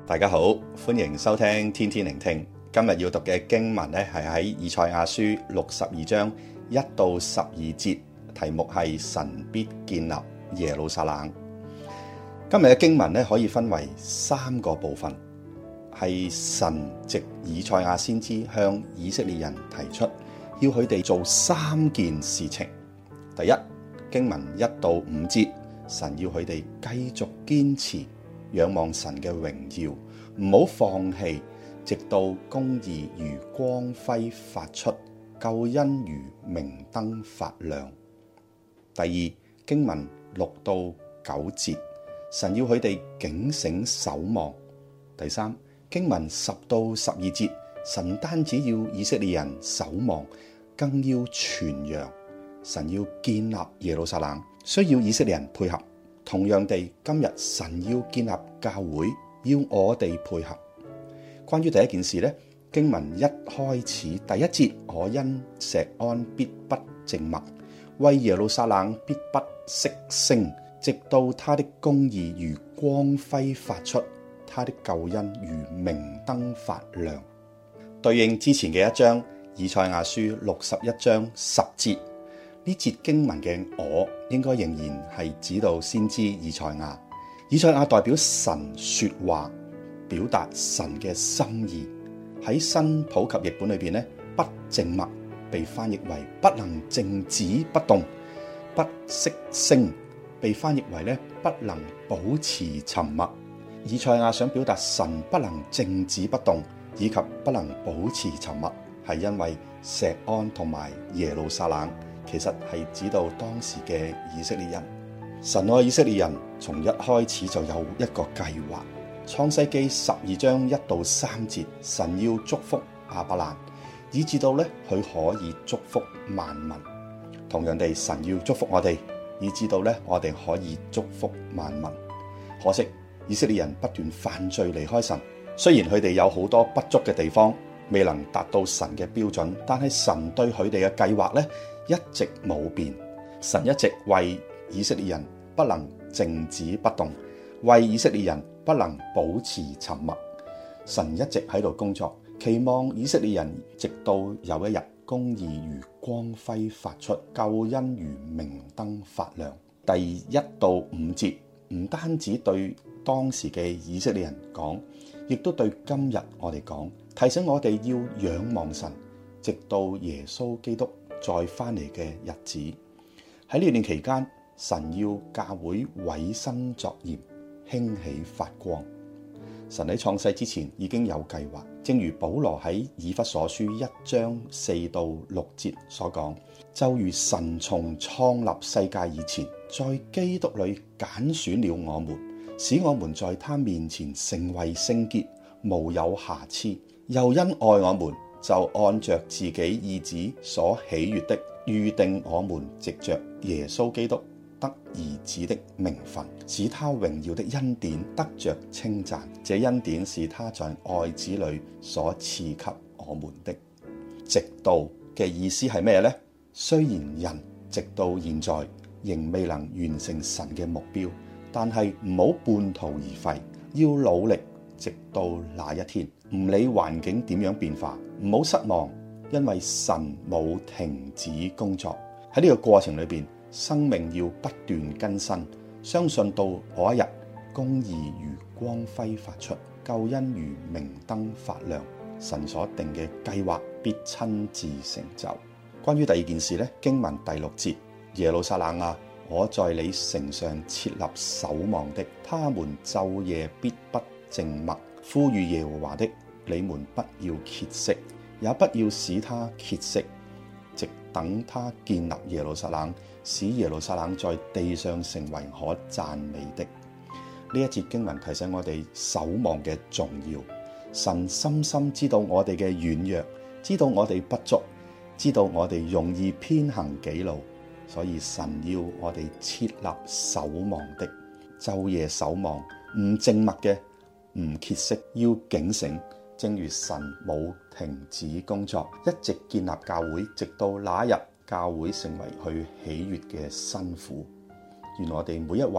大家好，歡迎收聽天天聆聽。今日要讀嘅經文呢，係喺以賽亞書62章1到12節，題目係神必建立耶路撒冷。今日嘅經文呢，可以分為3個部分，係神藉以賽亞先知向以色列人提出，要佢哋做3件事情。第一，經文1到5節，神要佢哋繼續堅持仰望神嘅榮耀，唔好放棄，直到公義如光輝發出，救恩如明燈發亮。第二，經文6到9節，神要佢哋警醒守望。第三，經文10到12節，神唔單止要以色列人守望，更要傳揚。神要建立耶路撒冷，需要以色列人配合。同樣地，今日神要建立教會，要我哋配合。關於第一件事呢，經文一開始第一節，我因錫安必不靜默，為耶路撒冷必不息聲，直到他的公義如光輝發出，他的救恩如明燈發亮。對應之前嘅一章，以賽亞書61章10節。呢節經文嘅我應該仍然係指到先知以賽亞。以賽亞代表神說話，表達神嘅心意。喺新普及譯本裏邊呢，不靜默被翻譯為不能靜止不動，不息聲被翻譯為呢不能保持沉默。以賽亞想表達神不能靜止不動以及不能保持沉默，係因為錫安同埋耶路撒冷其實係指到當時嘅以色列人。神愛以色列人，從一開始就有一個計劃。創世記12章1到3節，神要祝福亞伯蘭，以至到咧佢可以祝福萬民。同樣地，神要祝福我哋，以至到咧我哋可以祝福萬民。可惜以色列人不斷犯罪離開神，雖然佢哋有好多不足嘅地方，未能達到神嘅標準，但係神對佢哋嘅計劃咧一直冇變。神一直為以色列人不能靜止不動，為以色列人不能保持沉默。神一直喺度工作，期望以色列人直到有一日，公義如光輝發出，救恩如明燈發亮。第1到5節唔單止對當時嘅以色列人講，亦都對今日我哋講，提醒我哋要仰望神，直到耶穌基督再翻嚟嘅日子。喺呢段期間，神要教會委身作鹽，興起發光。神喺創世之前已經有計劃，正如保羅喺以弗所書1章4到6節所講，就如神從創立世界以前，在基督裏揀選了我們，使我們在他面前成為聖潔，無有瑕疵，又因愛我們，就按着自己意旨所喜悅的，預定我們藉着耶穌基督得兒子的名分，使他榮耀的恩典得着稱讚。這恩典是他在愛子裏所賜給我們的。直到嘅意思係咩呢？雖然人直到現在仍未能完成神嘅目標，但係唔好半途而廢，要努力直到那一天。唔理環境點樣變化，唔好失望，因為神冇停止工作。喺呢個過程裏邊，生命要不斷更新，相信到嗰一日，公義如光輝發出，救恩如明燈發亮，神所定嘅計劃必親自成就。關於第二件事呢，經文第6節，耶路撒冷啊，我在你城上設立守望的，他們晝夜必不靜默。呼籲耶和華的，你們不要歇息，也不要使他歇息，直等他建立耶路撒冷，使耶路撒冷在地上成為可讚美的。呢一節經文提醒我哋守望嘅重要。神深深知道我哋嘅軟弱，知道我哋不足，知道我哋容易偏行己路，所以神要我哋設立守望的，晝夜守望，唔靜默嘅，唔歇息，要警醒。正如神冇停止工作，一直建立教會，直到那一日教會成為佢喜悅嘅新婦。願我哋每一位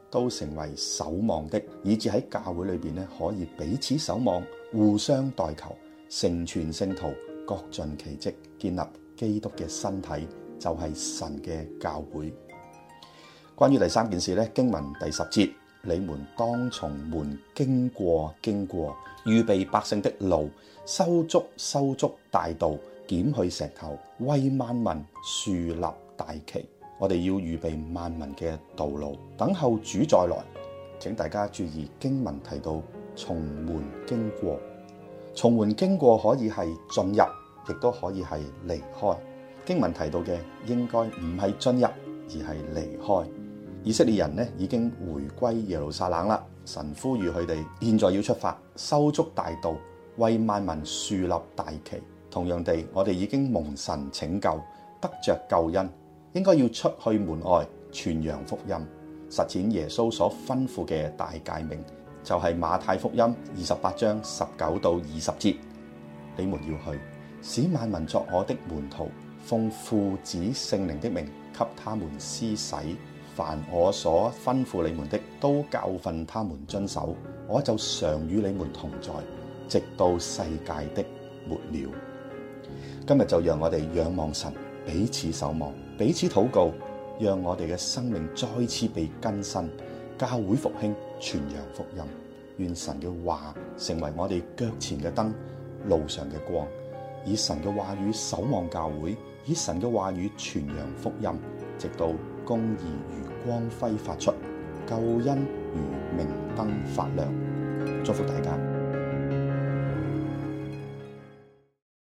都成為守望的，以致喺教會裏邊咧可以彼此守望，互相代求，成全聖徒，各盡其職，建立基督嘅身體，就係神嘅教會。關於第三件事咧，經文第10節，你們當從門經過，預備百姓的路，修築大道，檢去石頭，為萬民樹立大旗。我哋要預備萬民嘅道路，等候主再來。請大家注意，經文提到從門經過，從門經過可以係進入，亦都可以係離開。經文提到嘅應該唔係進入，而係離開。以色列人呢已經回歸耶路撒冷啦，神呼籲佢哋現在要出發，修築大道，為萬民樹立大旗。同樣地，我哋已經蒙神拯救，得着救恩，應該要出去門外傳揚福音，實踐耶穌所吩咐嘅大誡命，就係馬太福音28章19到20節。你們要去，使萬民作我的門徒，奉父子聖靈的名給他們施洗。凡我所吩咐你們的，都教訓他們遵守，我就常與你們同在，直到世界的末了。今日就讓我哋仰望神，彼此守望，彼此禱告，讓我哋嘅生命再次被更新，教會復興，傳揚福音。願神嘅話成為我哋腳前嘅燈，路上嘅光，以神嘅話語守望教會，以神嘅話語傳揚福音，直到公義如光輝發出，救恩如明燈發亮。祝福大家。